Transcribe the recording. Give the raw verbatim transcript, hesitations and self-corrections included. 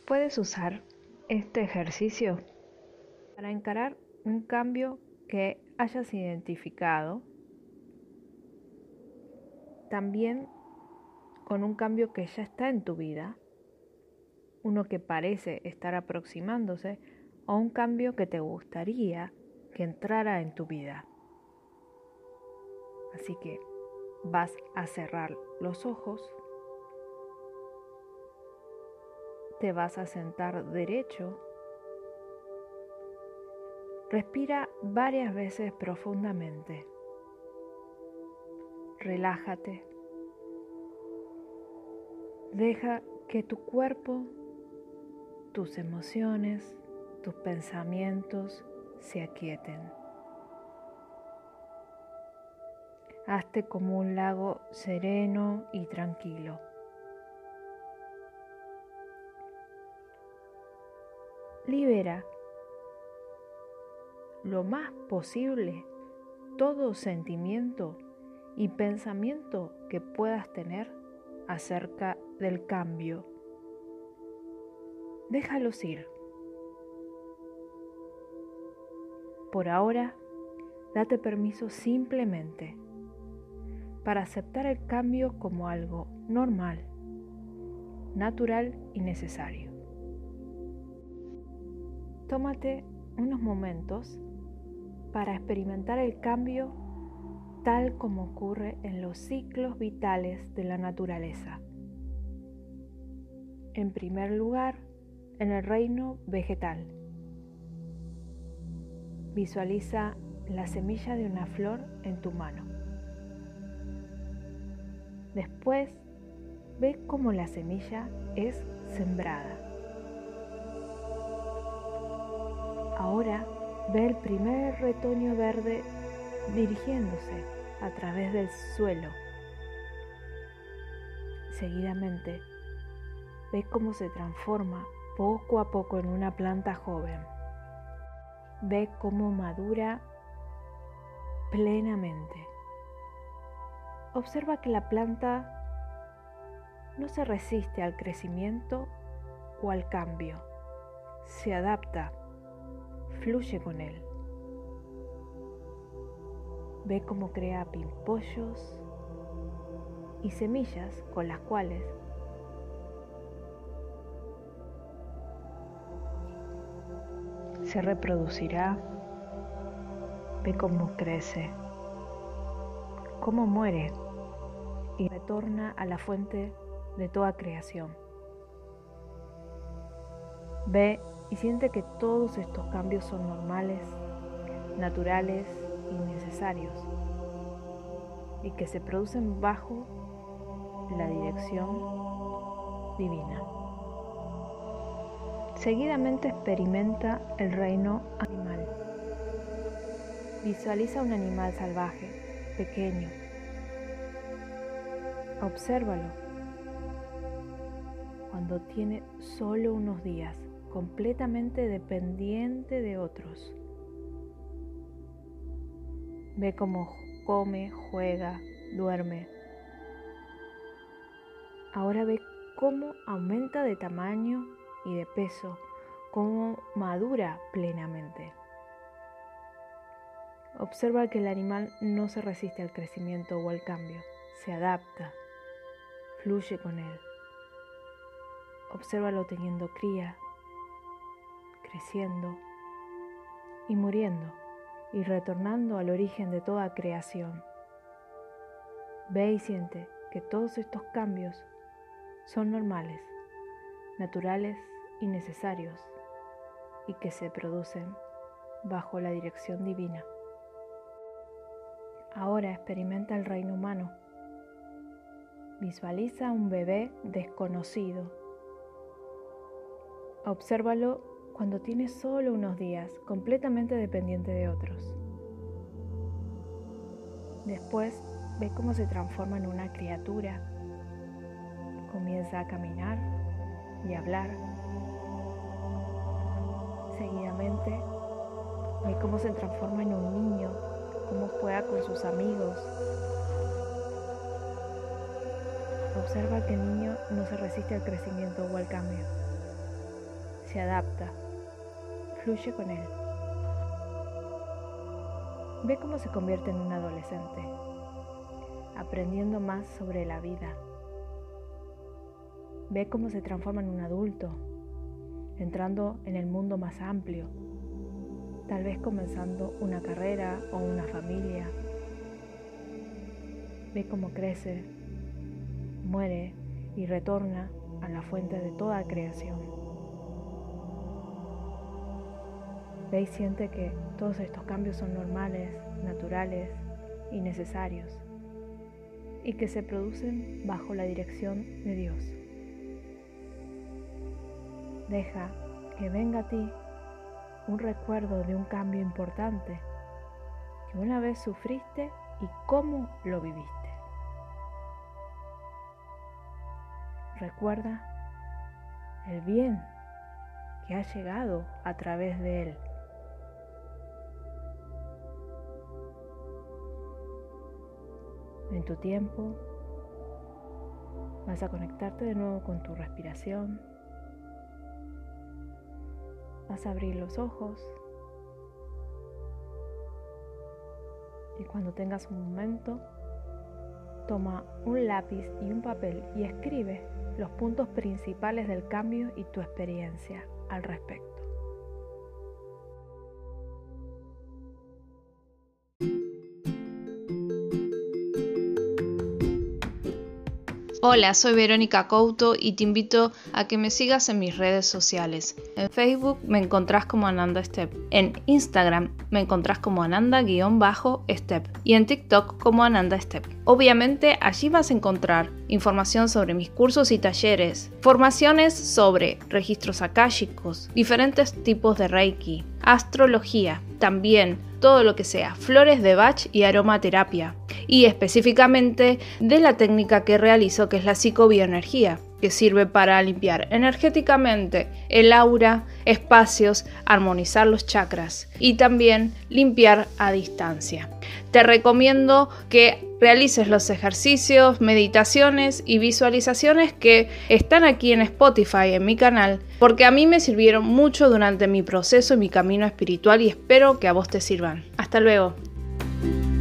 Puedes usar este ejercicio para encarar un cambio que hayas identificado, también con un cambio que ya está en tu vida, uno que parece estar aproximándose o un cambio que te gustaría que entrara en tu vida. Así que vas a cerrar los ojos, te vas a sentar derecho, respira varias veces profundamente, relájate, deja que tu cuerpo, tus emociones, tus pensamientos se aquieten. Hazte como un lago sereno y tranquilo. Libera lo más posible todo sentimiento y pensamiento que puedas tener acerca del cambio. Déjalos ir. Por ahora, date permiso simplemente para aceptar el cambio como algo normal, natural y necesario. Tómate unos momentos para experimentar el cambio tal como ocurre en los ciclos vitales de la naturaleza. En primer lugar, en el reino vegetal. Visualiza la semilla de una flor en tu mano. Después, ve cómo la semilla es sembrada. Ahora, ve el primer retoño verde dirigiéndose a través del suelo. Seguidamente, ve cómo se transforma poco a poco en una planta joven. Ve cómo madura plenamente. Observa que la planta no se resiste al crecimiento o al cambio. Se adapta, fluye con él. Ve cómo crea pimpollos y semillas con las cuales se reproducirá. Ve cómo crece, cómo muere y retorna a la fuente de toda creación. Ve y siente que todos estos cambios son normales, naturales y necesarios, y que se producen bajo la dirección divina. Seguidamente experimenta el reino animal. Visualiza un animal salvaje, pequeño. Obsérvalo cuando tiene solo unos días, completamente dependiente de otros. Ve cómo come, juega, duerme. Ahora ve cómo aumenta de tamaño y de peso, cómo madura plenamente. Observa que el animal no se resiste al crecimiento o al cambio, se adapta, fluye con él. Obsérvalo teniendo cría, creciendo y muriendo y retornando al origen de toda creación. Ve y siente que todos estos cambios son normales, naturales y necesarios, y que se producen bajo la dirección divina. Ahora experimenta el reino humano. Visualiza un bebé desconocido. Obsérvalo cuando tiene solo unos días, completamente dependiente de otros. Después, ve cómo se transforma en una criatura. Comienza a caminar y hablar. Seguidamente, ve cómo se transforma en un niño, cómo juega con sus amigos. Observa que el niño no se resiste al crecimiento o al cambio. se adapta, fluye con él. Ve cómo se convierte en un adolescente, aprendiendo más sobre la vida. Ve cómo se transforma en un adulto, entrando en el mundo más amplio, tal vez comenzando una carrera o una familia. Ve cómo crece, muere y retorna a la fuente de toda creación. Ve y siente que todos estos cambios son normales, naturales y necesarios, y que se producen bajo la dirección de Dios. Deja que venga a ti un recuerdo de un cambio importante que una vez sufriste y cómo lo viviste. Recuerda el bien que ha llegado a través de él. En tu tiempo vas a conectarte de nuevo con tu respiración. Vas a abrir los ojos y cuando tengas un momento, toma un lápiz y un papel y escribe los puntos principales del cambio y tu experiencia al respecto. Hola, soy Verónica Couto y te invito a que me sigas en mis redes sociales. En Facebook me encontrás como Ananda Step, en Instagram me encontrás como Ananda-Step y en TikTok como Ananda Step. Obviamente allí vas a encontrar información sobre mis cursos y talleres, formaciones sobre registros akáshicos, diferentes tipos de Reiki, astrología, también todo lo que sea flores de Bach y aromaterapia, y específicamente de la técnica que realizo, que es la psicobioenergía, que sirve para limpiar energéticamente el aura, espacios, armonizar los chakras y también limpiar a distancia. Te recomiendo que realices los ejercicios, meditaciones y visualizaciones que están aquí en Spotify, en mi canal, porque a mí me sirvieron mucho durante mi proceso y mi camino espiritual y espero que a vos te sirvan. Hasta luego.